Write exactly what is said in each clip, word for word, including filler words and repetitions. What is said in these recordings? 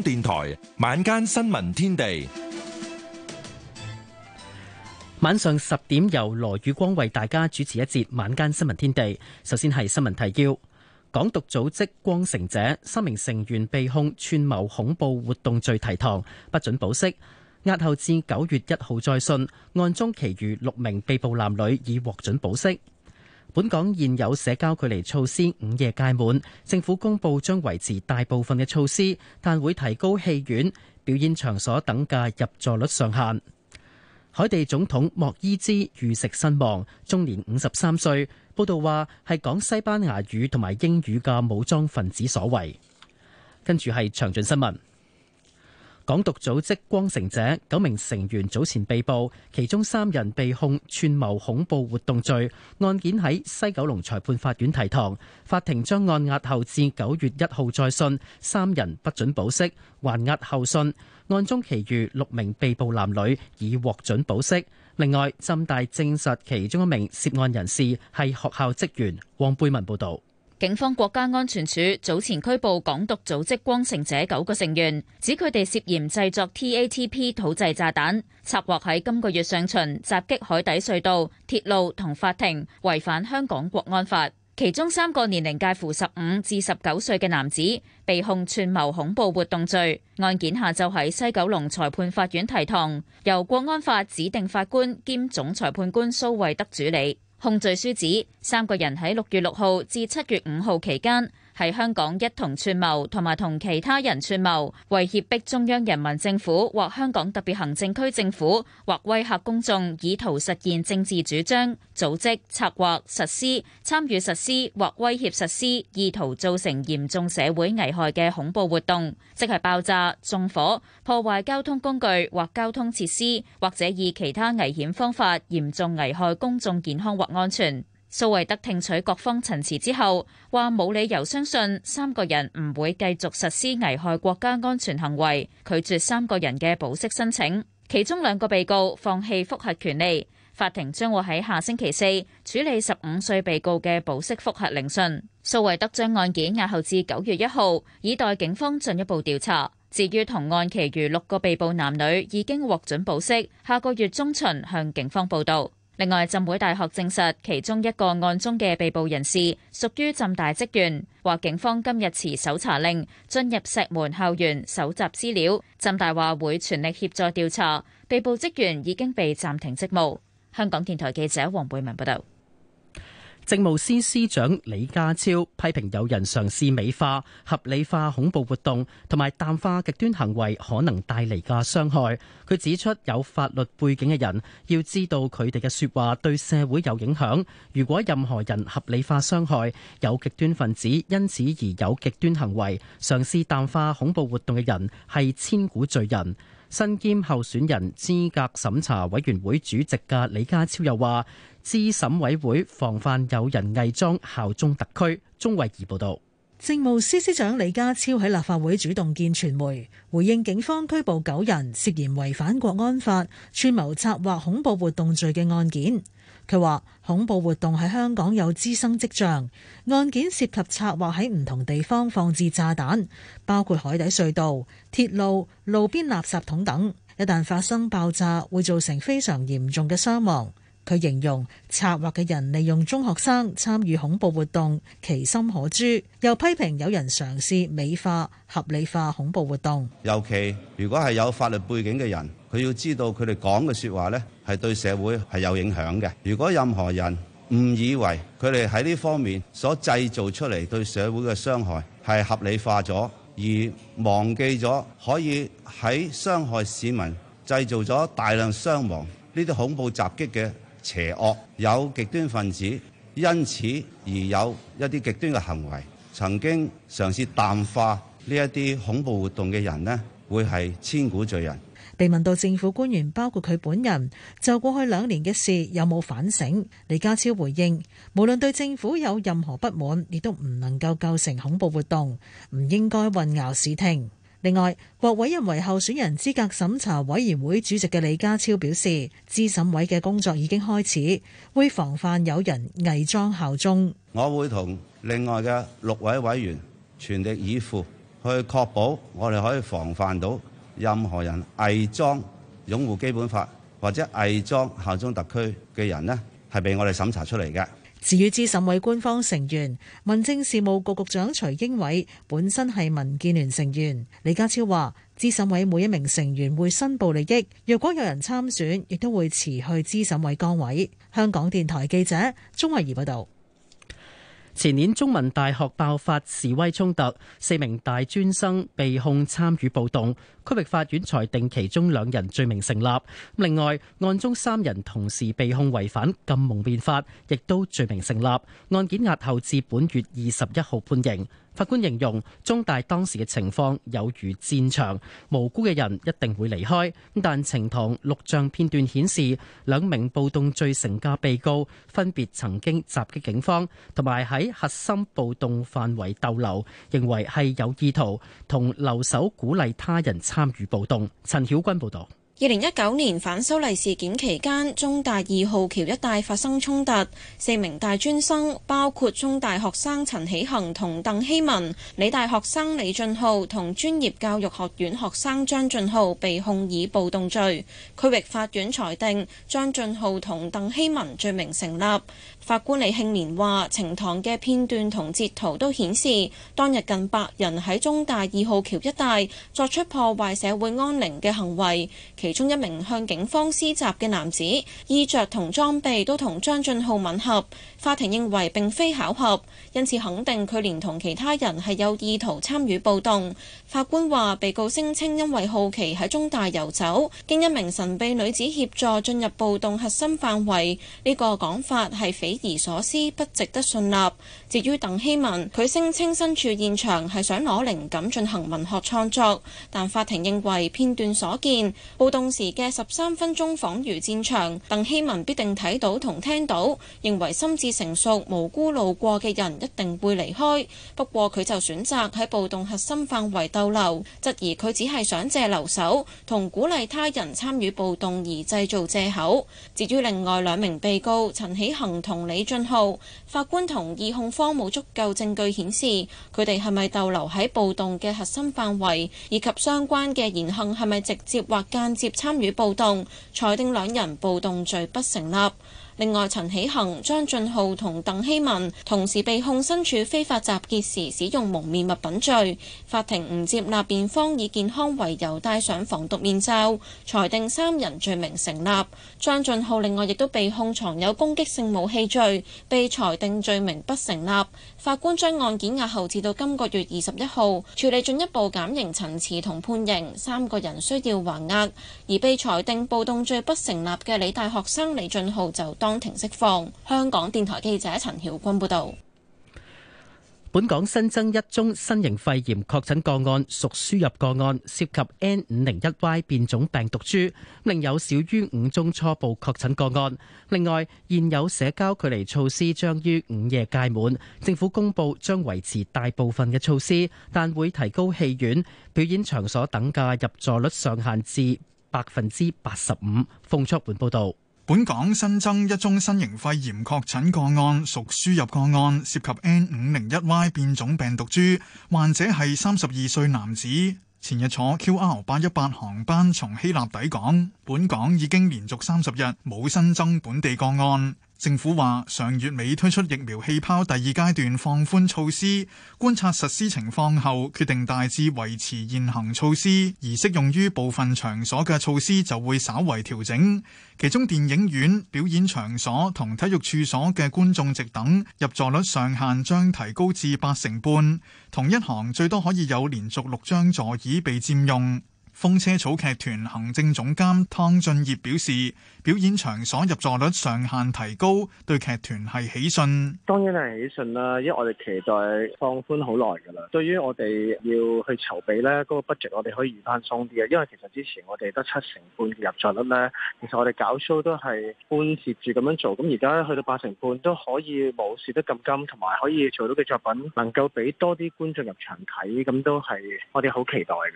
電台晚間新聞天地， 晚上十點由羅宇光為大家主持一節晚間新聞天地。首先係新聞提要：港獨組織光城者三名成員被控串謀恐怖活動罪提堂，不准保釋，押後至九月一號再訊。案中其餘六名被捕男女已獲准保釋。本港現有社交距離措施午夜屆滿，政府公布將維持大部分嘅措施，但會提高戲院、表演場所等嘅入座率上限。海地總統莫伊茲遇刺身亡，終年五十三歲。報道話係講西班牙語同埋英語嘅武裝分子所為。跟住係詳盡新聞。港獨組織光城者九名成員早前被捕，其中三人被控串謀恐怖活動罪，案件喺西九龍裁判法院提堂，法庭將案押後至九月一號再訊，三人不准保釋，還押候訊。案中其餘六名被捕男女已獲准保釋。另外，浸大證實其中一名涉案人士係學校職員。黃貝文報導。 警方國家安全處早前拘捕港獨組織光城者九個成員，指佢哋涉嫌製作 T A T P 土製炸彈，策劃喺今個月上旬襲擊海底隧道、鐵路同法庭，違反香港國安法。其中三個年齡介乎十五至十九歲嘅男子被控串謀恐怖活動罪，案件下晝喺西九龍裁判法院提堂，由國安法指定法官兼總裁判官蘇惠德主理。控罪書指，三個人喺六月六號至七月五號期間，喺香港一同串謀同埋同其他人串謀，為脅迫中央人民政府或香港特別行政區政府，或威嚇公眾，以圖實現政治主張，組織、策劃、實施、參與實施或威脅實施，意圖造成嚴重社會危害嘅恐怖活動，即係爆炸、縱火、破壞交通工具或交通設施，或者以其他危險方法嚴重危害公眾健康或安全。蘇惠德聽取各方陳詞之後，話冇理由相信三個人唔會繼續實施危害國家安全行為，拒絕三個人嘅保釋申請。其中兩個被告放棄覆核權利，法庭將會喺下星期四處理十五歲被告嘅保釋覆核聆訊。蘇惠德將案件押後至九月一號，以待警方進一步調查。至於同案其餘六個被捕男女已經獲准保釋，下個月中旬向警方報到。另外，浸會大學證實其中一個案中嘅被捕人士屬於浸大職員，話警方今日持搜查令進入石門校園搜集資料。浸大話會全力協助調查，被捕職員已經被暫停職務。香港電台記者黃貝文報道。 政務司司長李家超批評有人嘗試美化、合理化恐怖活動，同埋淡化極端行為可能帶嚟嘅傷害。佢指出，有法律背景嘅人要知道佢哋嘅說話對社會有影響。如果任何人合理化傷害，有極端分子因此而有極端行為，嘗試淡化恐怖活動嘅人係千古罪人。身兼候選人資格審查委員會主席嘅李家超又話，資審委會防範有人偽裝效忠特區。鍾慧儀報道。 政務司司長李家超喺立法會主動見傳媒，回應警方拘捕九人涉嫌違反國安法、串謀策劃恐怖活動罪嘅案件。佢話恐怖活動喺香港有滋生跡象，案件涉及策劃喺唔同地方放置炸彈，包括海底隧道、鐵路、路邊垃圾桶等。一旦發生爆炸，會造成非常嚴重嘅傷亡。佢形容策劃嘅人利用中學生參與恐怖活動，其心可誅。又批評有人嘗試美化、合理化恐怖活動。 尤其如果係有法律背景嘅人，佢要知道佢哋講嘅説話呢係對社會係有影響嘅。如果任何人誤以為佢哋喺呢方面所製造出嚟對社會嘅傷害係合理化咗，而忘記咗可以喺傷害市民、製造咗大量傷亡呢啲恐怖襲擊嘅邪惡，有極端分子因此而有一啲極端嘅行為，曾經嘗試淡化呢一啲恐怖活動嘅人呢，會係千古罪人。 被問到政府官員包括佢本人就過去兩年嘅事有冇反省，李家超回應：無論對政府有任何不滿，亦都唔能夠構成恐怖活動，唔應該混淆視聽。另外，獲委任為候選人資格審查委員會主席嘅李家超表示，資審委嘅工作已經開始，會防範有人偽裝效忠。 我會同另外嘅六位委員全力以赴， 去確保我哋可以防範到任何人偽裝擁護基本法或者偽裝效忠特區嘅人呢，係被我哋審查出嚟嘅。 至於資審會官方成員，民政事務局局長徐英偉本身係民建聯成員。李家超話，資審會每一名成員會申報利益，若果有人參選，亦都會辭去資審會崗位。香港電台記者鍾慧儀報道。 前年中文大學爆發示威衝突，四名大專生被控參與暴動，區域法院裁定其中兩人罪名成立。另外，案中三人同時被控違反禁蒙面法，亦都罪名成立。案件押後至本月二十一號判刑。法官形容中大當時嘅情況有如戰場，無辜嘅人一定會離開。但呈堂錄像片段顯示，兩名暴動罪成嘅被告分別曾經襲擊警方，同埋喺核心暴動範圍逗留，認為係有意圖同留守鼓勵他人參與暴動。陳曉君報導。 二零一九年反修例事件期間，中大二號橋一帶發生衝突，四名大專生，包括中大學生陳喜恒同鄧希文、理大學生李俊浩同專業教育學院學生張俊浩被控以暴動罪。區域法院裁定張俊浩同鄧希文罪名成立。法官李慶年話，呈堂嘅片段同截圖都顯示，當日近百人喺中大二號橋一帶作出破壞社會安寧嘅行為。其中一名向警方施襲嘅男子，衣着同裝備都同張俊浩吻合。法庭認為並非巧合，因此肯定佢連同其他人係有意圖參與暴動。法官話，被告聲稱因為好奇喺中大遊走，經一名神秘女子協助進入暴動核心範圍，呢個講法係匪夷所思，不值得信納。至於鄧希文，佢聲稱身處現場係想攞靈感進行文學創作，但法庭認為片段所見，暴動時嘅十三分鐘仿如戰場，鄧希文必定睇到同聽到，認為心智成熟、無辜路過嘅人一定會離開。不過佢就選擇喺暴動核心範圍逗留，質疑佢只係想借留守同鼓勵他人參與暴動而製造藉口。至於另外兩名被告陳喜恒同李俊浩，法官同意控方冇足夠證據顯示佢哋係咪逗留喺暴動嘅核心範圍，以及相關嘅言行係咪直接或間接參與暴動，裁定兩人暴動罪不成立。另外，陳喜恒、張俊浩同鄧希文同時被控身處非法集結時使用蒙面物品罪。法庭唔接納辯方以健康為由戴上防毒面罩，裁定三人罪名成立。張俊浩另外亦都被控藏有攻擊性武器罪，被裁定罪名不成立。法官將案件押後至到今個月二十一號處理進一步減刑陳詞同判刑，三個人需要還押。而被裁定暴動罪不成立嘅理大學生李俊浩就當庭釋放。香港電台記者陳曉君報導。 本港新增一宗新型肺炎確診個案，屬輸入個案，涉及 N 五零一 Y 變種病毒株，另有少於五宗初步確診個案。另外，現有社交距離措施將於午夜屆滿，政府公布將維持大部分嘅措施，但會提高戲院、表演場所等嘅入座率上限至百分之八十五。馮卓桓報導。 本港新增一宗新型肺炎確診個案，屬輸入個案，涉及 N 五零一 Y 變種病毒株，患者係三十二歲男子，前日坐 Q R 八一八航班從希臘抵港。本港已經連續三十日冇新增本地個案。政府話上月尾推出疫苗氣泡第二階段放寬措施，觀察實施情況後決定大致維持現行措施，而適用於部分場所嘅措施就會稍為調整。其中電影院、表演場所同體育處所嘅觀眾席等入座率上限將提高至八成半，同一行最多可以有連續六張座椅被佔用。風車草劇團行政總監湯俊業表示，表演場所入座率上限提高，對劇團係喜訊。 當然係喜訊啦，因為我哋期待放寬好耐㗎啦。對於我哋要去籌備呢嗰個 budget 我哋可以預翻鬆啲嘅，因為其實之前我哋得七成半嘅入座率呢，其實我哋搞 show 都係半接住咁樣做，咁而家去到八成半都可以冇蝕得咁金，同埋可以做到嘅作品能夠俾多啲觀眾入場睇，咁都係我哋好期待嘅。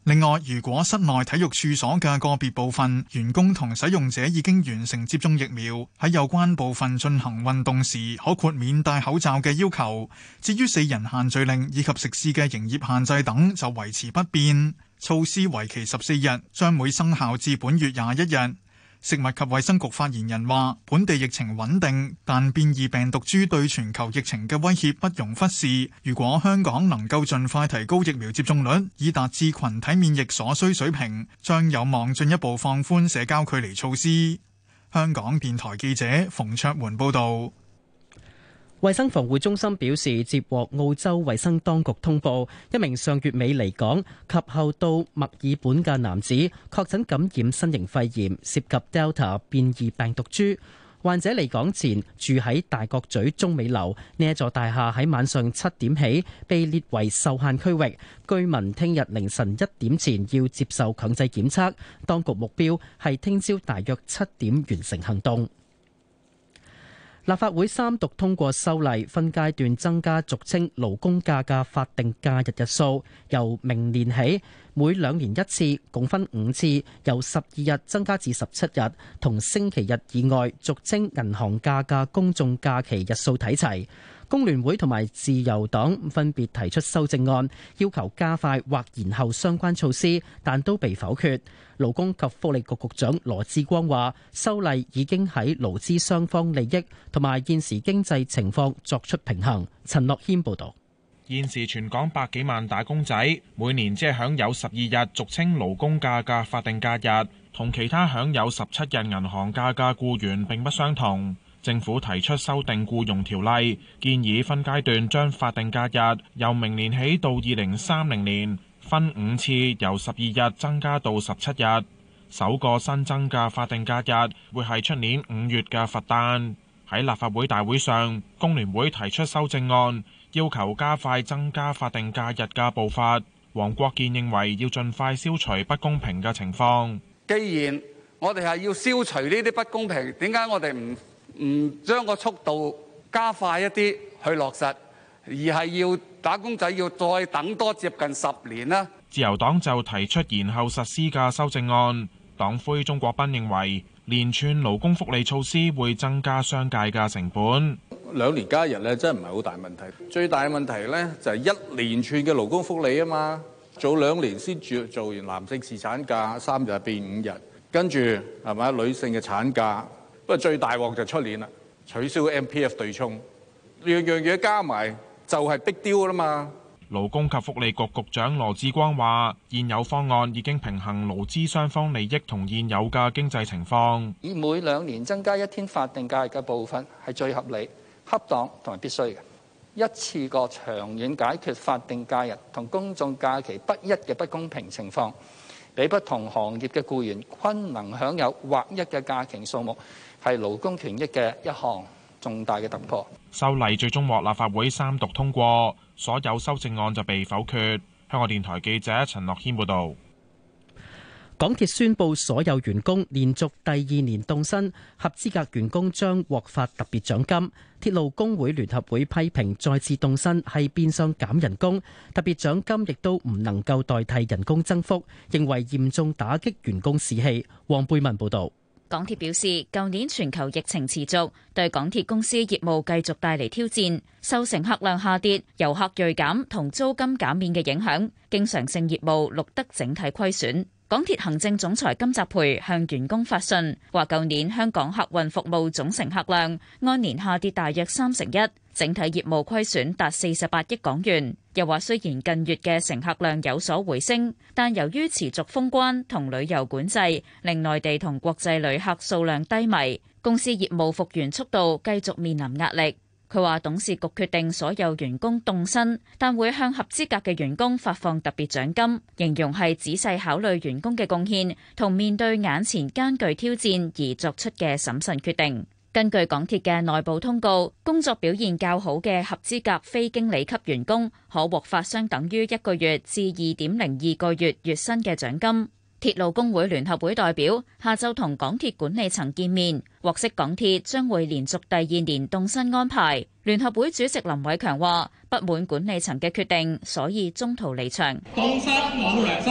另外，如果室內體育處所嘅個別部分員工同使用者已經完成接種疫苗，喺有關部分進行運動時，可豁免戴口罩嘅要求。至於四人限聚令以及食肆嘅營業限制等，就維持不變。措施為期十四日，將會生效至本月廿一日。食物及衛生局發言人話，本地疫情穩定，但變異病毒株對全球疫情嘅威脅不容忽視。如果香港能夠盡快提高疫苗接種率，以達至群體免疫所需水平，將有望進一步放寬社交距離措施。香港電台記者馮卓桓報導。 衛生防護中心表示，接獲澳洲衛生當局通報，一名上月尾離港及後到墨爾本嘅男子確診感染新型肺炎，涉及 Delta 變異病毒株。患者離港前住喺大角咀中美樓呢一座大廈，喺晚上七點起被列為受限區域，居民聽日凌晨一點前要接受強制檢測。當局目標係聽朝大約七點完成行動。立法會三讀通過修例，分階段增加俗稱勞工假嘅法定假日日數，由明年起每兩年一次，共分五次，由十二日增加至十七日，同星期日以外俗稱銀行假嘅公眾假期日數睇齊。工聯會同埋自由黨分別提出修正案，要求加快或延後相關措施，但都被否決。勞工及福利局局長羅致光話，修例已經喺勞資雙方利益同埋現時經濟情況作出平衡。陳樂軒報導。 現時全港百幾萬打工仔每年只係享有十二日俗稱勞工假嘅法定假日，同其他享有十七日銀行假嘅僱員並不相同。政府提出修訂僱傭條例，建議分階段將法定假日由明年起到二零三零年分五次，由十二日增加到十七日。首個新增嘅法定假日會係出年五月嘅佛誕。喺立法會大會上，工聯會提出修正案，要求加快增加法定假日嘅步伐。黃國健認為要盡快消除不公平嘅情況。 既然我哋係要消除呢啲不公平，點解我哋唔唔將個速度加快一啲去落實，而係要打工仔要再等多接近十年呢？ 自由黨就提出延後實施嘅修正案。黨魁鍾國斌認為連串勞工福利措施會增加商界嘅成本。 兩年加一日咧，真係唔係好大問題。最大嘅問題咧就係一連串嘅勞工福利啊嘛。早兩年先做做完男性侍產假三日變五日，跟住係咪女性嘅產假？不過最大鑊就出年啦，取消 M P F 對沖，樣樣嘢加埋就係逼丟啦嘛。 勞工及福利局局長羅致光話：現有方案已經平衡勞資雙方利益同現有嘅經濟情況。 以每兩年增加一天法定假日嘅部分係最合理、恰當同埋必須嘅。一次過長遠解決法定假日同公眾假期不一嘅不公平情況，俾不同行業嘅僱員均能享有劃一嘅假期數目，係勞工權益嘅一項重大嘅突破。 修例最終獲立法會三讀通過，所有修正案就被否決。香港電台記者陳樂軒報導。 港鐵宣布所有員工連續第二年凍薪，合資格員工將獲發特別獎金。鐵路工會聯合會批評再次凍薪係變相減人工，特別獎金亦都唔能夠代替人工增幅，認為嚴重打擊員工士氣。黃貝文報導。 港鐵表示，舊年全球疫情持續，對港鐵公司業務繼續帶嚟挑戰，受乘客量下跌、遊客銳減同租金減免嘅影響，經常性業務錄得整體虧損。港鐵行政總裁金澤培向員工發信，話舊年香港客運服務總乘客量按年下跌大約三成一，整體業務虧損達四十八億港元。又話雖然近月嘅乘客量有所回升，但由於持續封關同旅遊管制，令內地同國際旅客數量低迷，公司業務復原速度繼續面臨壓力。佢話董事局決定所有員工凍薪，但會向合資格嘅員工發放特別獎金，形容係仔細考慮員工嘅貢獻同面對眼前艱巨挑戰而作出嘅審慎決定。根據港鐵嘅內部通告，工作表現較好嘅合資格非經理級員工可獲發相等於一個月至二點零二個月月薪嘅獎金。鐵路工會聯合會代表下晝同港鐵管理層見面，獲悉港鐵將會連續第二年凍薪安排。聯合會主席林偉強話：不滿管理層嘅決定，所以中途離場。 凍薪冇良心，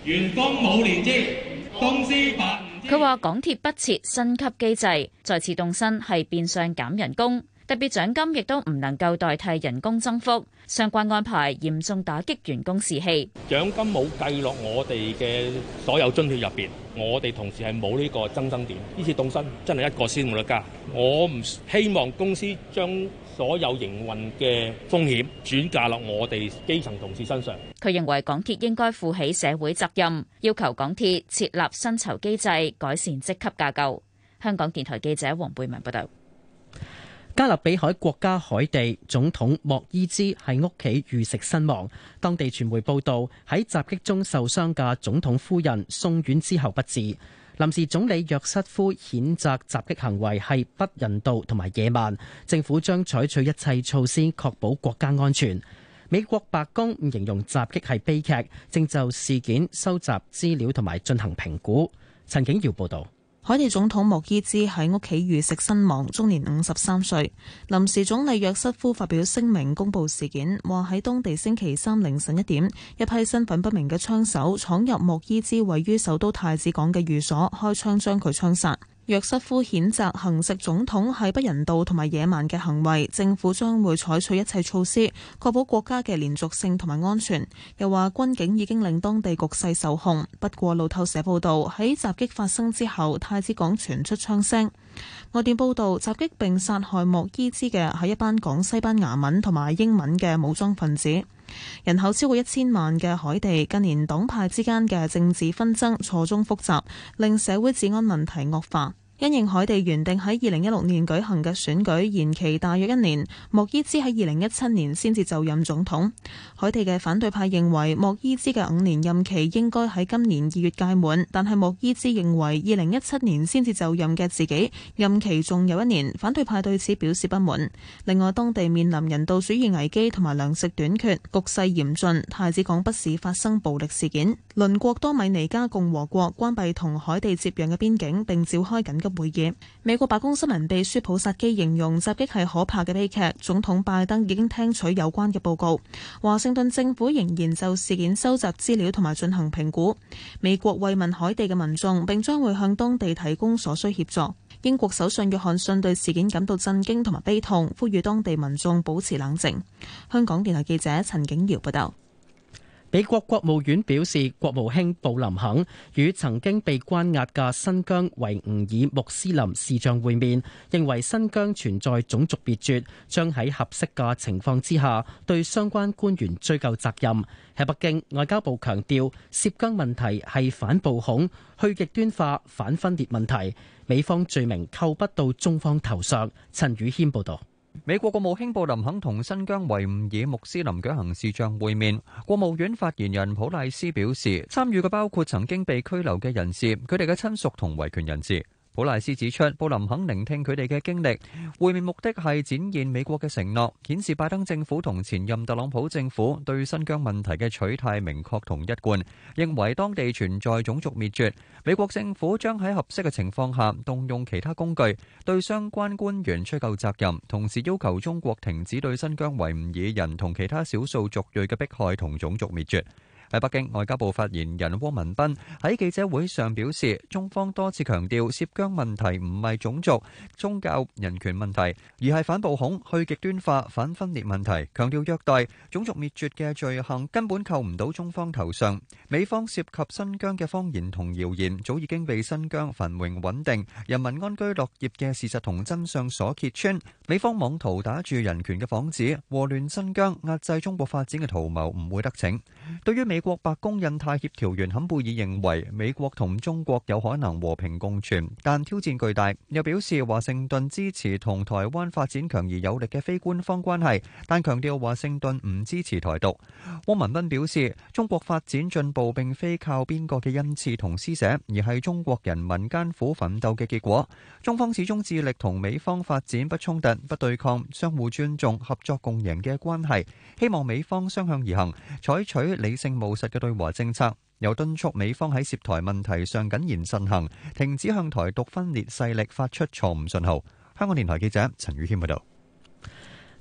員工冇年資，公司發唔知。 佢話港鐵不設薪級機制，再次凍薪係變相減人工。特別獎金亦都唔能夠代替人工增幅，相關安排嚴重打擊員工士氣。 獎金冇計落我哋嘅所有津貼入邊，我哋同時係冇呢個增增點。呢次凍薪真係一個先冇得加。我唔希望公司將所有營運嘅風險轉嫁落我哋基層同事身上。 佢認為港鐵應該負起社會責任，要求港鐵設立薪酬機制，改善職級架構。香港電台記者黃貝文報道。 加勒比海國家海地總統莫伊茲喺屋企遇襲身亡，當地傳媒報道喺襲擊中受傷嘅總統夫人送院之後不治。臨時總理約瑟夫譴責襲擊行為係不人道同埋野蠻，政府將採取一切措施確保國家安全。美國白宮形容襲擊係悲劇，正就事件收集資料同埋進行評估。陳景耀報道。 海地總統莫伊茲喺屋企遇襲身亡，終年五十三歲。臨時總理約瑟夫發表聲明公佈事件，話喺當地星期三凌晨一點，一批身份不明嘅槍手闖入莫伊茲位於首都太子港嘅寓所，開槍將佢槍殺。約瑟夫譴責行刺總統係不人道同埋野蠻嘅行為，政府將會採取一切措施，確保國家嘅連續性同埋安全。又話軍警已經令當地局勢受控。不過路透社報道，喺襲擊發生之後，太子港傳出槍聲。外電報道，襲擊並殺害莫伊茲嘅係一班講西班牙文同埋英文嘅武裝分子。人口超過一千萬嘅海地，近年黨派之間嘅政治紛爭錯綜複雜，令社會治安問題惡化。因應海地原定喺二零一六年舉行嘅選舉延期大約一年，莫伊茲喺二零一七年先至就任總統。海地嘅反對派認為莫伊茲嘅五年任期應該喺今年二月屆滿，但係莫伊茲認為二零一七年先至就任嘅自己任期仲有一年，反對派對此表示不滿。另外，當地面臨人道主義危機同埋糧食短缺，局勢嚴峻。太子港不時發生暴力事件，鄰國多米尼加共和國關閉同海地接壤嘅邊境，並召開緊急會議。美國白宮新聞秘書普薩基形容襲擊係可怕嘅悲劇，總統拜登已經聽取有關嘅報告。華盛頓政府仍然就事件收集資料同埋進行評估。美國慰問海地嘅民眾，並將會向當地提供所需協助。英國首相約翰遜對事件感到震驚同埋悲痛，呼籲當地民眾保持冷靜。香港電台記者陳景瑤報道。 美國國務院表示，國務卿布林肯與曾經被關押嘅新疆維吾爾穆斯林視像會面，認為新疆存在種族滅絕，將喺合適嘅情況之下對相關官員追究責任。喺北京，外交部強調涉疆問題係反暴恐、去極端化、反分裂問題，美方罪名扣不到中方頭上。陳宇軒報導。 美國國務卿布林肯同新疆維吾爾穆斯林舉行視像會面。國務院發言人普賴斯表示，參與嘅包括曾經被拘留嘅人士、佢哋嘅親屬同維權人士。普賴斯指出，布林肯聆聽佢哋嘅經歷，會面目的係展現美國嘅承諾，顯示拜登政府同前任特朗普政府對新疆問題嘅取態明確同一貫，認為當地存在種族滅絕。美國政府將喺合適嘅情況下動用其他工具對相關官員追究責任，同時要求中國停止對新疆維吾爾人同其他少數族裔嘅迫害同種族滅絕。喺北京，外交部發言人汪文斌喺記者會上表示，中方多次強調涉疆問題唔係種族、宗教、人權問題，而係反暴恐、去極端化、反分裂問題，強調虐待、種族滅絕嘅罪行根本扣唔到中方頭上。美方涉及新疆嘅謊言同謠言，早已經被新疆繁榮穩定、人民安居樂業嘅事實同真相所揭穿。美方妄圖打住人權嘅幌子，禍亂新疆、壓制中國發展嘅圖謀唔會得逞。對於美國白宮印太協調員坎貝爾認為，美國同中國有可能和平共存，但挑戰巨大。又表示華盛頓支持同台灣發展強而有力嘅非官方關係，但強調華盛頓唔支持台獨。汪文斌表示，中國發展進步並非靠邊個嘅恩賜同施捨，而係中國人民艱苦奮鬥嘅結果。中方始終致力同美方發展不衝突、不對抗、相互尊重、合作共贏嘅關係，希望美方相向而行，採取理性務實嘅對華政策，又敦促美方喺涉台問題上謹言慎行，停止向台獨分裂勢力發出錯誤信號。香港電台記者陳宇謙報道。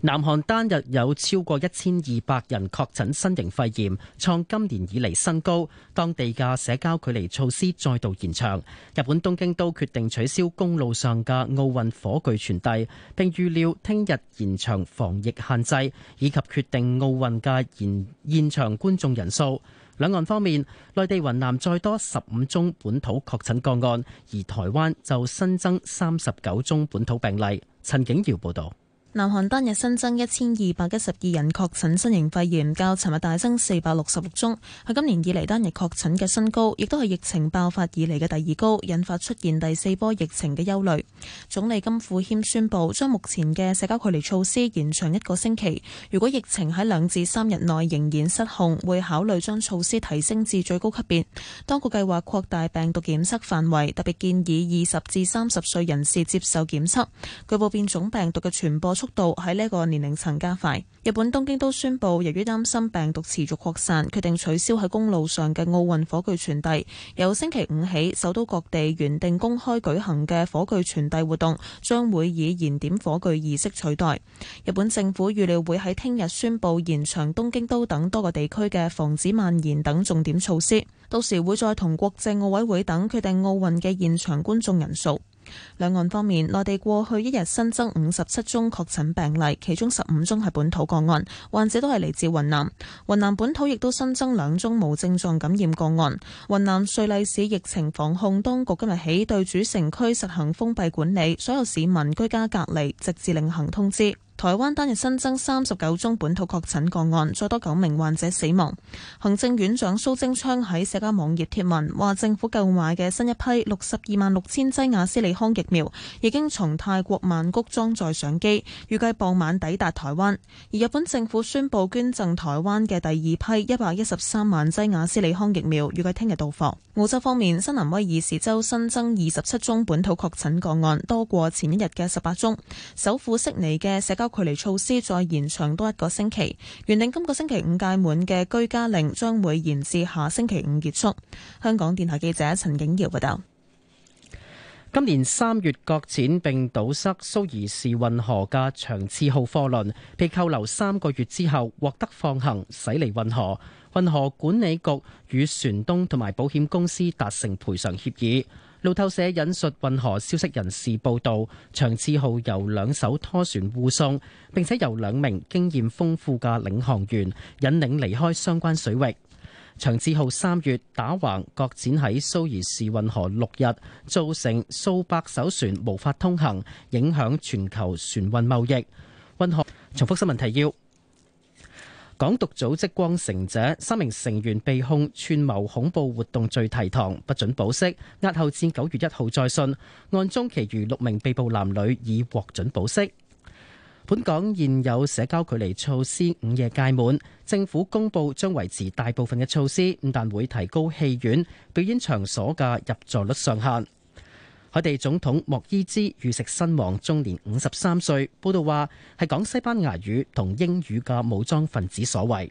南韓單日有超過一千二百人確診新型肺炎，創今年以嚟新高。當地嘅社交距離措施再度延長。日本東京都決定取消公路上嘅奧運火炬傳遞，並預料聽日延長防疫限制，以及決定奧運嘅現現場觀眾人數。兩岸方面，內地雲南再多十五宗本土確診個案，而台灣就新增三十九宗本土病例。陳景堯報道。 南韓單日新增一千二百一十二人確診新型肺炎，較尋日大增四百六十六宗，係今年以嚟單日確診嘅新高，亦都係疫情爆發以嚟嘅第二高，引發出現第四波疫情嘅憂慮。總理金富謙宣布將目前嘅社交距離措施延長一個星期，如果疫情喺兩至三日內仍然失控，會考慮將措施提升至最高級別。當局計劃擴大病毒檢測範圍，特別建議二十至三十歲人士接受檢測。據報變種病毒嘅傳播速度喺呢個年齡層加快。日本東京都宣布，由於擔心病毒持續擴散，決定取消喺公路上嘅奧運火炬傳遞。由星期五起，首都各地原定公開舉行嘅火炬傳遞活動將會以燃點火炬儀式取代。日本政府預料會喺聽日宣布延長東京都等多個地區嘅防止蔓延等重點措施，到時會再同國際奧委會等決定奧運嘅現場觀眾人數。兩岸方面，內地過去一日新增五十七宗確診病例，其中十五宗係本土個案，患者都係嚟自雲南。雲南本土亦都新增兩宗無症狀感染個案。雲南瑞麗市疫情防控當局今日起對主城區實行封閉管理，所有市民居家隔離，直至另行通知。台灣單日新增三十九宗本土確診個案，再多九名患者死亡。行政院長蘇貞昌喺社交網頁貼文話，政府購買嘅新一批六十二萬六千劑亞斯利康疫苗已經從泰國曼谷裝載上機，預計傍晚抵達台灣。而日本政府宣布捐贈台灣嘅第二批一百一十三萬劑亞斯利康疫苗，預計聽日到貨。澳洲方面，新南威爾士州新增二十七宗本土確診個案，多過前一日嘅十八宗。首府悉尼嘅社交距離措施再延長多一個星期，原定今個星期五屆滿嘅居家令將會延至下星期五結束。香港電台記者陳景瑤報道。 今年三月擱淺並堵塞蘇伊士運河嘅長賜號貨輪被扣留三個月之後獲得放行駛離運河，運河管理局與船東同埋保險公司達成賠償協議。路透社引述運河消息人士報道，長賜號由兩艘拖船護送，並且由兩名經驗豐富嘅領航員引領離開相關水域。長賜號三月打橫擱淺喺蘇伊士運河六日，造成數百艘船無法通行，影響全球船運貿易。運河重複新聞提要。港獨組織光城者三名成員被控串謀恐怖活動罪提堂，不准保釋，押後至九月一號再訊。案中其餘六名被捕男女已獲准保釋。本港現有社交距離措施午夜屆滿，政府公布將維持大部分嘅措施，但會提高戲院、表演場所嘅入座率上限。海地總統莫伊茲遇刺身亡，終年五十三歲。報道話係講西班牙語同英語嘅武裝分子所為。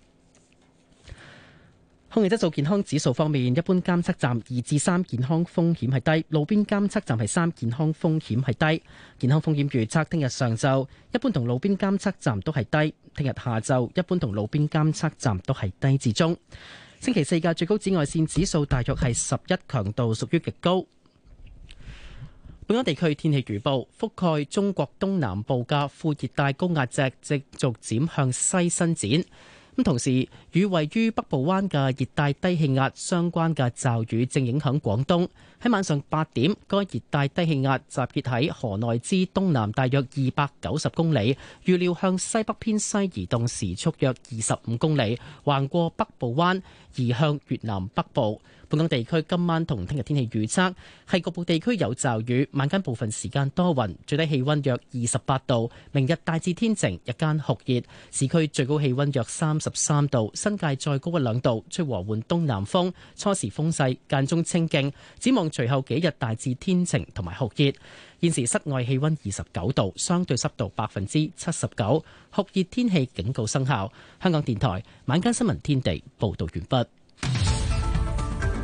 空氣質素健康指數方面，一般監測站二至三，健康風險係低，路邊監測站係三，健康風險係低。健康風險預測聽日上晝一般同路邊監測站都係低，聽日下晝一般同路邊監測站都係低至中。星期四嘅最高紫外線指數大約係十一，強度屬於極高。本港地區天氣預報，覆蓋中國東南部嘅副熱帶高壓脊正逐漸向西伸展。咁同時，與位於北部灣嘅熱帶低氣壓相關嘅驟雨正影響廣東。喺晚上八點，該熱帶低氣壓集結喺河內之東南大約二百九十公里，預料向西北偏西移動，時速約二十五公里，橫過北部灣，移向越南北部。本港地區今晚同聽日天氣預測係局部地區有驟雨，晚間部分時間多雲，最低氣溫約二十八度。明日大致天晴，日間酷熱，市區最高氣溫約三十三度，新界再高一兩度，吹和緩東南風，初時風勢間中清勁。展望隨後幾日大致天晴同埋酷熱。現時室外氣溫二十九度，相對濕度百分之七十九，酷熱天氣警告生效。香港電台晚間新聞天地報道完畢。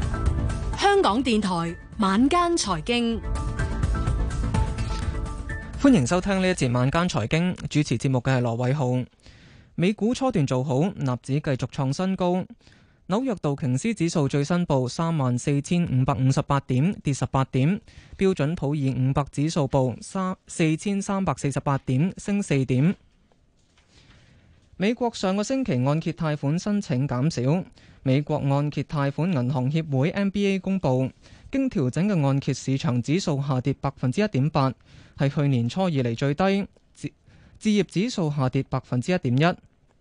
香港電台晚間財經， 歡迎收聽呢一節晚間財經，主持節目嘅係羅偉浩。美股初段做好，納指繼續創新高。紐約道瓊斯指數最新報三萬四千五百五十八點，跌十八點。標準普爾五百指數報三四千三百四十八點，升四點。美國上個星期按揭貸款申請減少。美國按揭貸款銀行協會 M B A 公佈，經調整嘅按揭市場指數下跌百分之一點八，係去年初以嚟最低。置置業指數下跌百分之一點一。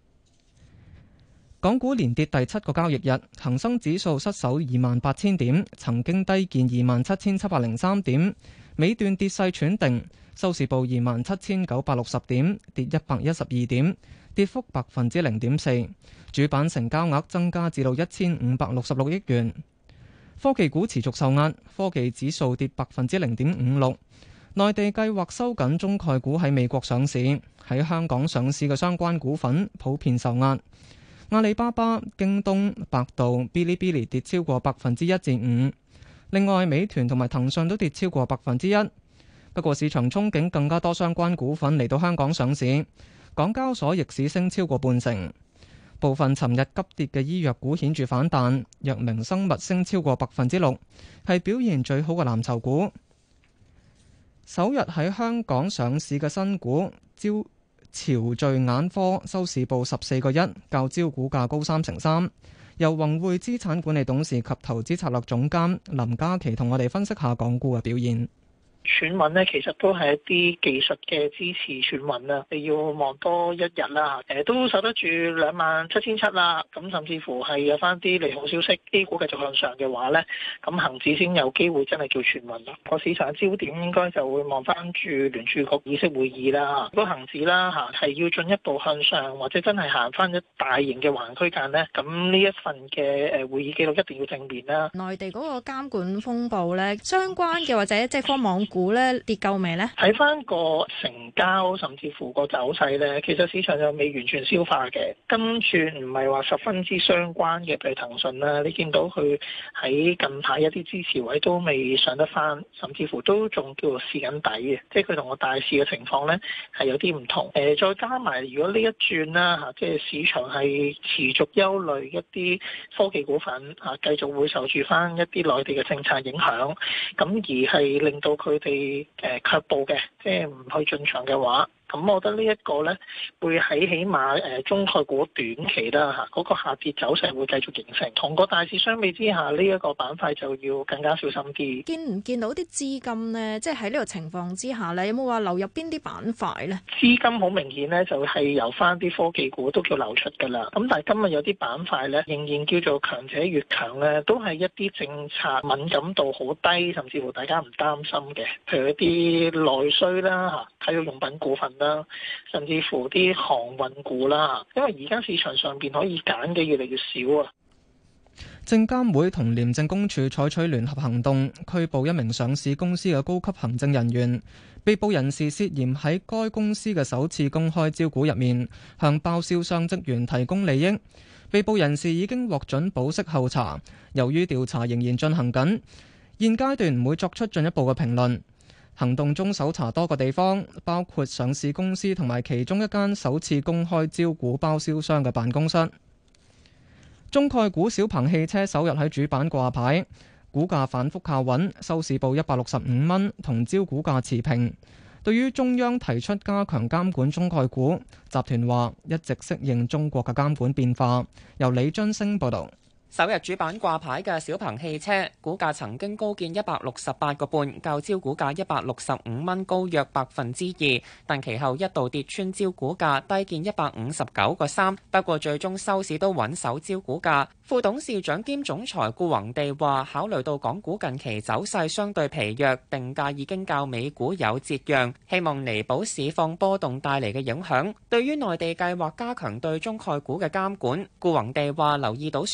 港股連跌第七個交易日，恒生指數失守二萬八千點，曾經低見二萬七千七百零三點，尾段跌勢喘定，收市報二萬七千九百六十點，跌一百一十二點，跌幅百分之零點四。主板成交額增加至到一千五百六十六億元。科技股持續受壓，科技指數跌百分之零點五六。內地計劃收緊中概股喺美國上市，喺香港上市嘅相關股份普遍受壓。阿里巴巴、京東、百度、嗶哩嗶哩跌超過百分之一至五，另外美團同埋騰訊都跌超過百分之一。不過市場憧憬更加多相關股份嚟到香港上市，港交所逆市升超過半成。部分尋日急跌嘅醫藥股顯著反彈，藥明生物升超過百分之六，係表現最好嘅藍籌股。首日喺香港上市嘅新股招潮聚眼科收市報十四個一，較招股價高三成三。由宏匯資產管理董事及投資策略總監林嘉琪同我哋分析下港股嘅表現。 喘穩呢，其實都係一啲技術嘅支持喘穩啦。你要望多一日啦，誒都守得住兩萬七千七啦。咁甚至乎係有翻啲利好消息，A 股繼續向上嘅話呢，咁恒指先有機會真係叫喘穩啦。個市場嘅焦點應該就會望翻住聯儲局議息會議啦。如果恒指啦嚇係要進一步向上，或者真係行翻一大型嘅橫區間呢，咁呢一份嘅誒會議記錄一定要正面啦。 內地嗰個監管風暴呢，相關嘅或者即係科網股咧跌夠未呢？ 睇翻個成交甚至乎個走勢咧，其實市場就未完全消化嘅。跟住唔係話十分之相關嘅，譬如騰訊啦，你見到佢喺近排一啲支持位都未上得翻，甚至乎都仲叫做試緊底嘅，即係佢同個大市嘅情況咧係有啲唔同。誒、呃，再加埋如果呢一轉啦嚇，即係市場係持續憂慮一啲科技股份嚇，繼續會受住翻一啲內地嘅政策影響，咁而係令到佢哋誒卻步嘅，即係唔去進場嘅話。咁我覺得呢一個呢，會喺起碼誒中概股短期啦嚇，嗰個下跌走勢會繼續形成。同個大市相比之下，呢一個板塊就要更加小心啲。 見唔見到啲資金呢？即係喺呢個情況之下呢，有冇話流入邊啲板塊呢？ 資金好明顯呢，就係由翻啲科技股都叫流出㗎啦。咁但係今日有啲板塊呢，仍然叫做強者越強呢，都係一啲政策敏感度好低，甚至乎大家唔擔心嘅，譬如一啲內需啦嚇，體育用品股份啦，甚至乎啲航運股啦，因為而家市場上邊可以揀嘅越嚟越少啊。 證監會同廉政公署採取聯合行動，拘捕一名上市公司嘅高級行政人員。被捕人士涉嫌喺該公司嘅首次公開招股入面，向包銷商職員提供利益。被捕人士已經獲准保釋候查。由於調查仍然進行緊，現階段唔會作出進一步嘅評論。行動中搜查多個地方，包括上市公司同埋其中一間首次公開招股包銷商嘅辦公室。中概股小鵬汽車首日喺主板掛牌，股價反覆靠穩，收市報一百六十五蚊，同招股價持平。對於中央提出加強監管中概股，集團話一直適應中國嘅監管變化。由李津升報導。 首日主板掛牌嘅小鵬汽車股價曾經高見一百六十八個半，較招股價一百六十五蚊高約百分之二，但其後一度跌穿招股價，低見一百五十九個三。不過最終收市都穩守招股價。副董事長兼總裁顧宏地話：考慮到港股近期走勢相對疲弱，定價已經較美股有折讓，希望彌補市況波動帶嚟嘅影響。對於內地計劃加強對中概股嘅監管，顧宏地話留意到相關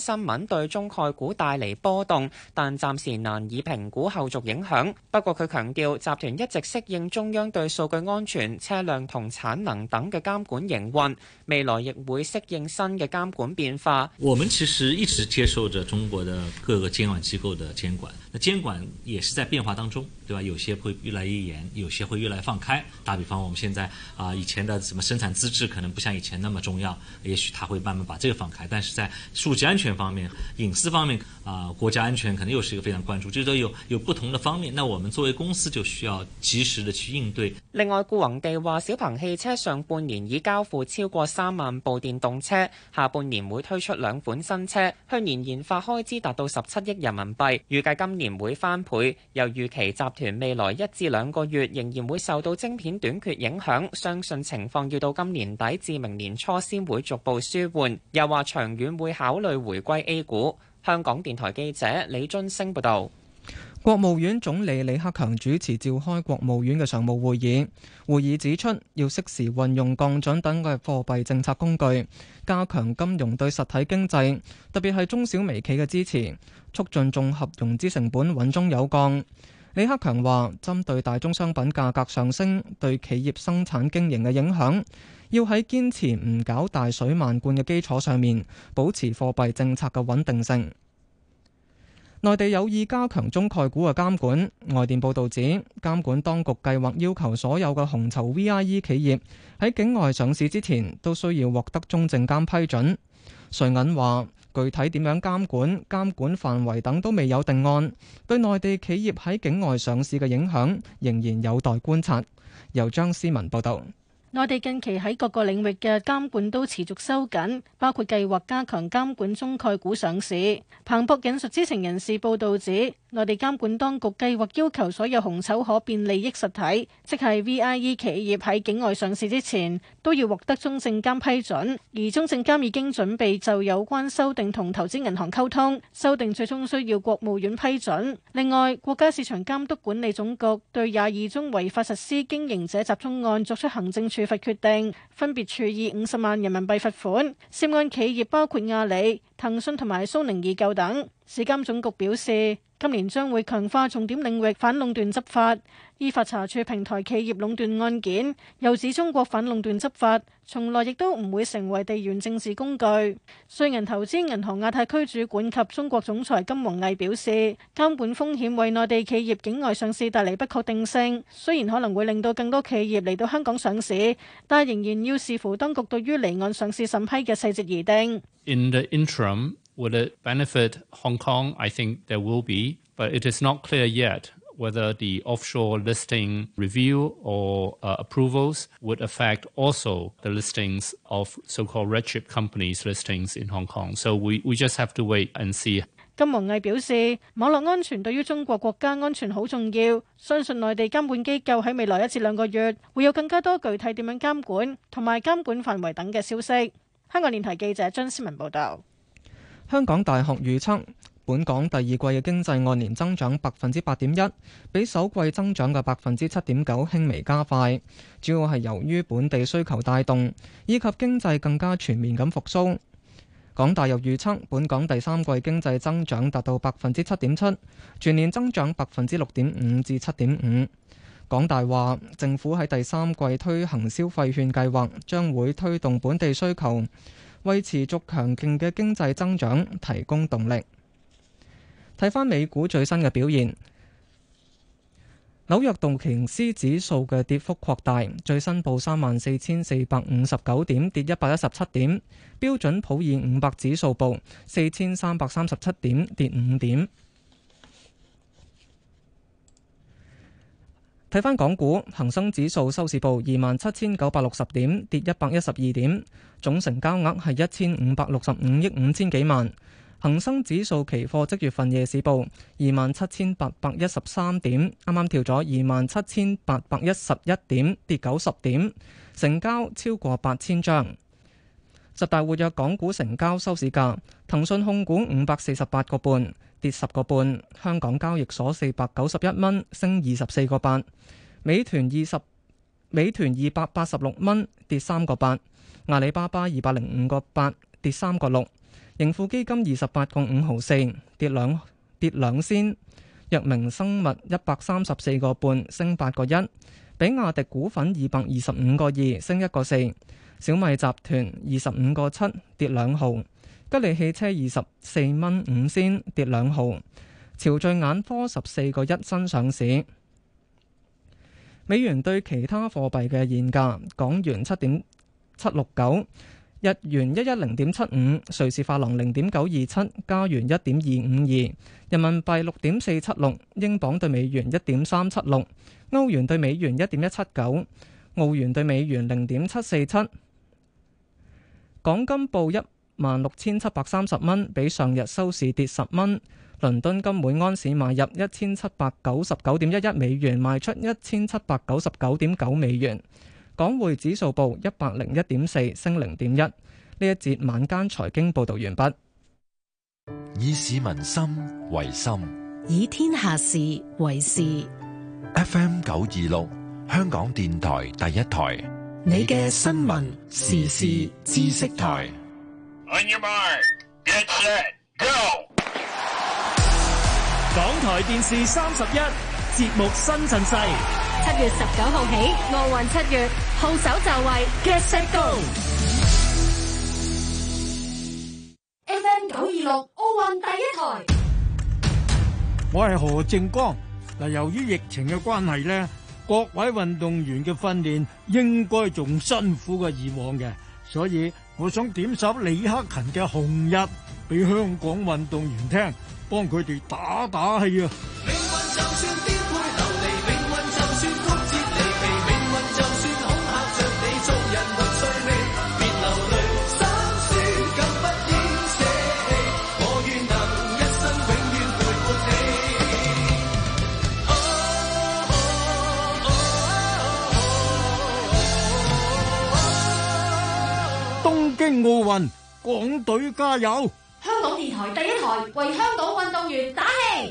新聞對中概股帶嚟波動，但暫時難以評估後續影響。不過佢強調，集團一直適應中央對數據安全、車輛同產能等嘅監管營運，未來亦會適應新嘅監管變化。 我們其實一直接受着中國的各個監管機構的監管，那監管也是在變化當中，對吧？有些會越來越嚴，有些會越來越放開。打比方，我們現在啊、呃，以前的什麼生產資質可能不像以前那麼重要，也許它會慢慢把這個放開。但是在數據安全方面、隱私方面啊、呃，國家安全可能又是一個非常關注，這都有有不同的方面。那我們作為公司就需要及時的去應對。 另外，顧宏地話，小鵬汽車上半年已交付超過三萬部電動車，下半年會推出兩款新車。去年研發開支達到十七億人民幣，預計今年會翻倍。又預期集團未來一至兩個月仍然會受到晶片短缺影響，相信情況要到今年底至明年初先會逐步舒緩。又話長遠會考慮回歸 A 股。香港電台記者李津升報導。 國務院總理李克強主持召開國務院嘅常務會議，會議指出要適時運用降準等嘅貨幣政策工具，加強金融對實體經濟，特別係中小微企嘅支持，促進綜合融資成本穩中有降。李克強話，針對大宗商品價格上升對企業生產經營嘅影響，要喺堅持唔搞大水漫灌嘅基礎上面，保持貨幣政策嘅穩定性。內地有意加強中概股嘅監管。外電報導指，監管當局計劃要求所有嘅紅籌 V I E 企業喺境外上市之前，都需要獲得中證監批准。瑞銀話，具體點樣監管、監管範圍等都未有定案，對內地企業喺境外上市嘅影響仍然有待觀察。由張思文報導。 內地近期喺各個領域嘅監管都持續收緊，包括計劃加強監管中概股上市。彭博引述知情人士報導指，內地監管當局計劃要求所有紅籌可變利益實體，即係 V I E 企業喺境外上市之前，都要獲得中證監批准。而中證監已經準備就有關修訂同投資銀行溝通，修訂最終需要國務院批准。另外，國家市場監督管理總局對廿二宗違法實施經營者集中案作出行政處罰決定，分別處以五十萬人民幣罰款。涉案企業包括阿里、騰訊同埋蘇寧易購等。市監總局表示，今年將會強化重點領域反壟斷執法，依法查處平台企業壟斷案件。又指中國反壟斷執法從來亦都唔會成為地緣政治工具。瑞銀投資銀行亞太區主管及中國總裁金宏毅表示，監管風險為內地企業境外上市帶嚟不確定性，雖然可能會令到更多企業嚟到香港上市，但仍然要視乎當局對於離岸上市審批嘅細節而定。 In the interim, will it benefit Hong Kong? I think there will be, but it is not clear yet whether the offshore listing review or uh, approvals would affect also the listings of so-called red chip companies listings in Hong Kong. So we, we just have to wait and see. 金宏毅表示，網絡安全對於中國國家安全好重要，相信內地監管機構喺未來一至兩個月會有更加多具體點樣監管同埋監管範圍等嘅消息。香港電台記者張思文報道。 香港大學預測，本港第二季嘅經濟按年增長百分之八點一，比首季增長嘅百分之七點九輕微加快，主要係由於本地需求帶動，以及經濟更加全面咁復甦。港大又預測，本港第三季經濟增長達到百分之七點七，全年增長百分之六點五至七點五。港大話，政府喺第三季推行消費券計劃，將會推動本地需求，為持續強勁嘅經濟增長提供動力。睇返美股最新嘅表現，紐約道瓊斯指數嘅跌幅擴大，最新報三萬四千四百五十九點，跌一百一十七點。標準普爾五百指數報四千三百三十七點，跌五點。睇返港股，恒生指數收市報二萬七千九百六十點，跌一百一十二點，總成交額係一千五百六十五億五千幾萬。恒生指數期貨即月份夜市報二萬七千八百一十三點，啱啱調咗二萬七千八百一十一點，跌九十點，成交超過八千張。十大活躍港股成交收市價，騰訊控股五百四十八個半，跌十個半；香港交易所四百九十一蚊，升二十四個八；美團二十，美團二百八十六蚊，跌三個八；阿里巴巴二百零五個八，跌三個六； 盈富基金二十八個五毫四，跌兩跌兩仙。藥明生物一百三十四個半，升八個一。比亞迪股份二百二十五個二，升一個四。小米集團二十五個七，跌兩毫。吉利汽車二十四蚊五仙，跌兩毫。潮聚眼科十四個一，新上市。美元對其他貨幣嘅現價：港元七點七六九，日元一一零點七五，瑞士法郎零點九二七，加元一點二五二，人民幣六點四七六，英鎊對美元一點三七六，歐元對美元一點一七九，澳元對美元零點七四七。港金報一萬六千七百三十蚊，比上日收市跌十蚊。倫敦金每安士買入一千七百九十九點一一美元，賣出一千七百九十九點九美元。港匯指數報一百零一點四，升零點一。呢一節晚間財經報導完畢。 以市民心為心， 以天下事為事。 F M 九二六，香港電台第一台， 你嘅新聞時事知識台。 On your mark, get set, go！ 港台電視三十一節目新陣勢， 七月十九號起，奧運七月，號手就位 ，Get Set Go！ F M 九二六奧運第一台， 我係何正光。嗱，由於疫情嘅關係咧，各位運動員嘅訓練應該仲辛苦過以往嘅，所以我想點首李克勤嘅《紅日》俾香港運動員聽。幫佢哋打打氣啊！命運就算顛沛流離，命運就算曲折離奇，命運就算恐嚇着你，做人沒趣味，別流淚，心酸更不應捨棄，我願能一生永遠陪伴你。東京奧運，港隊加油！ 香港電台第一台為香港運動員打氣。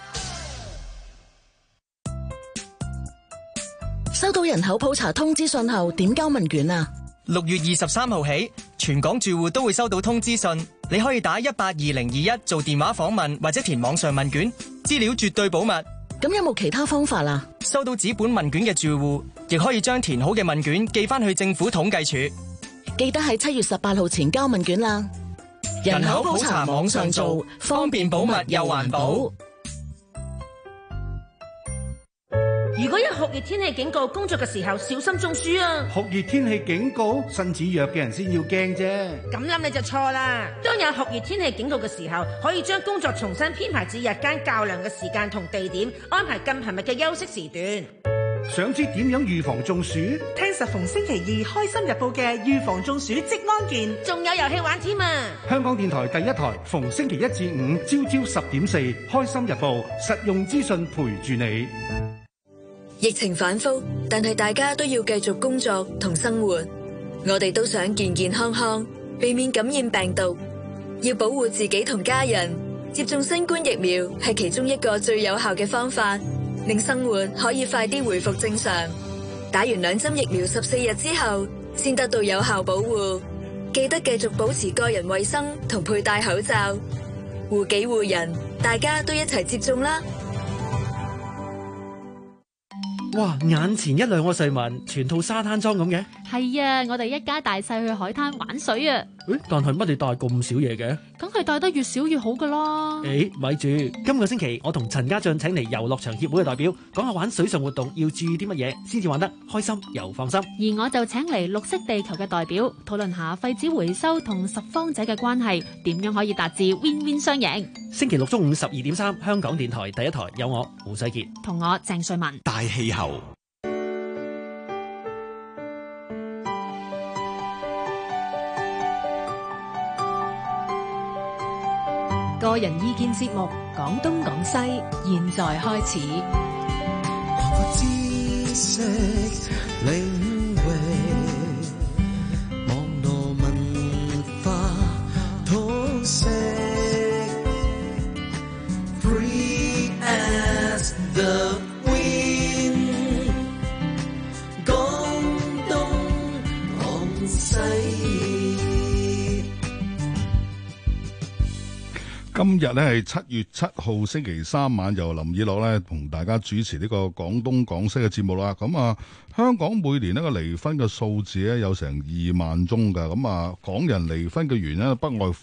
收到人口普查通知信後，點交問卷啊？ 六月二十三號起，全港住戶都會收到通知信，你可以打一八二零二一做電話訪問或者填網上問卷，資料絕對保密。 咁有冇其他方法啊？ 收到紙本問卷嘅住戶，亦可以將填好嘅問卷寄翻去政府統計處。 記得喺七月十八號前交問卷啦。 人口普查網上做，方便保密又環保。 如果有酷熱天氣警告，工作嘅時候小心中暑啊！ 酷熱天氣警告，身子弱嘅人先要驚啫。 咁諗你就錯啦。當有酷熱天氣警告嘅時候，可以將工作重新編排至日間較涼嘅時間同地點，安排更頻密嘅休息時段。 想知點樣預防中暑？ 聽實逢星期二《開心日報》嘅預防中暑職安健，仲有遊戲玩添啊！ 香港電台第一台，逢星期一至五朝朝十點四，《開心日報》實用資訊陪住你。 疫情反覆，但係大家都要繼續工作同生活。我哋都想健健康康，避免感染病毒，要保護自己同家人。接種新冠疫苗係其中一個最有效嘅方法，令生活可以快啲回復正常。打完兩針疫苗十四日之後，先得到有效保護。記得繼續保持個人衛生同佩戴口罩，護己護人，大家都一齊接種啦！ 哇！眼前一亮，我瑞文全套沙灘裝咁嘅。 係啊，我哋一家大細去海灘玩水啊。 誒，但係乜你帶咁少嘢嘅？ 梗係帶得越少越好噶啦。 誒，咪住，今個星期我同陳家俊請嚟遊樂場協會嘅代表，講下玩水上活動要注意啲乜嘢，先至玩得開心又放心。 而我就請嚟綠色地球嘅代表，討論下廢紙回收同拾荒者嘅關係，點樣可以達至 win win 雙贏。 星期六中午十二點三，香港電台第一台有我胡世傑同我鄭瑞文。 大氣候。 個人意見節目《講東講西》，現在開始。 今日呢係七月七號星期三晚，由林以樂呢同大家主持呢個廣東廣西嘅節目啦。咁啊，香港每年呢個離婚嘅數字呢有成二萬宗㗎。咁啊，港人離婚嘅原因不外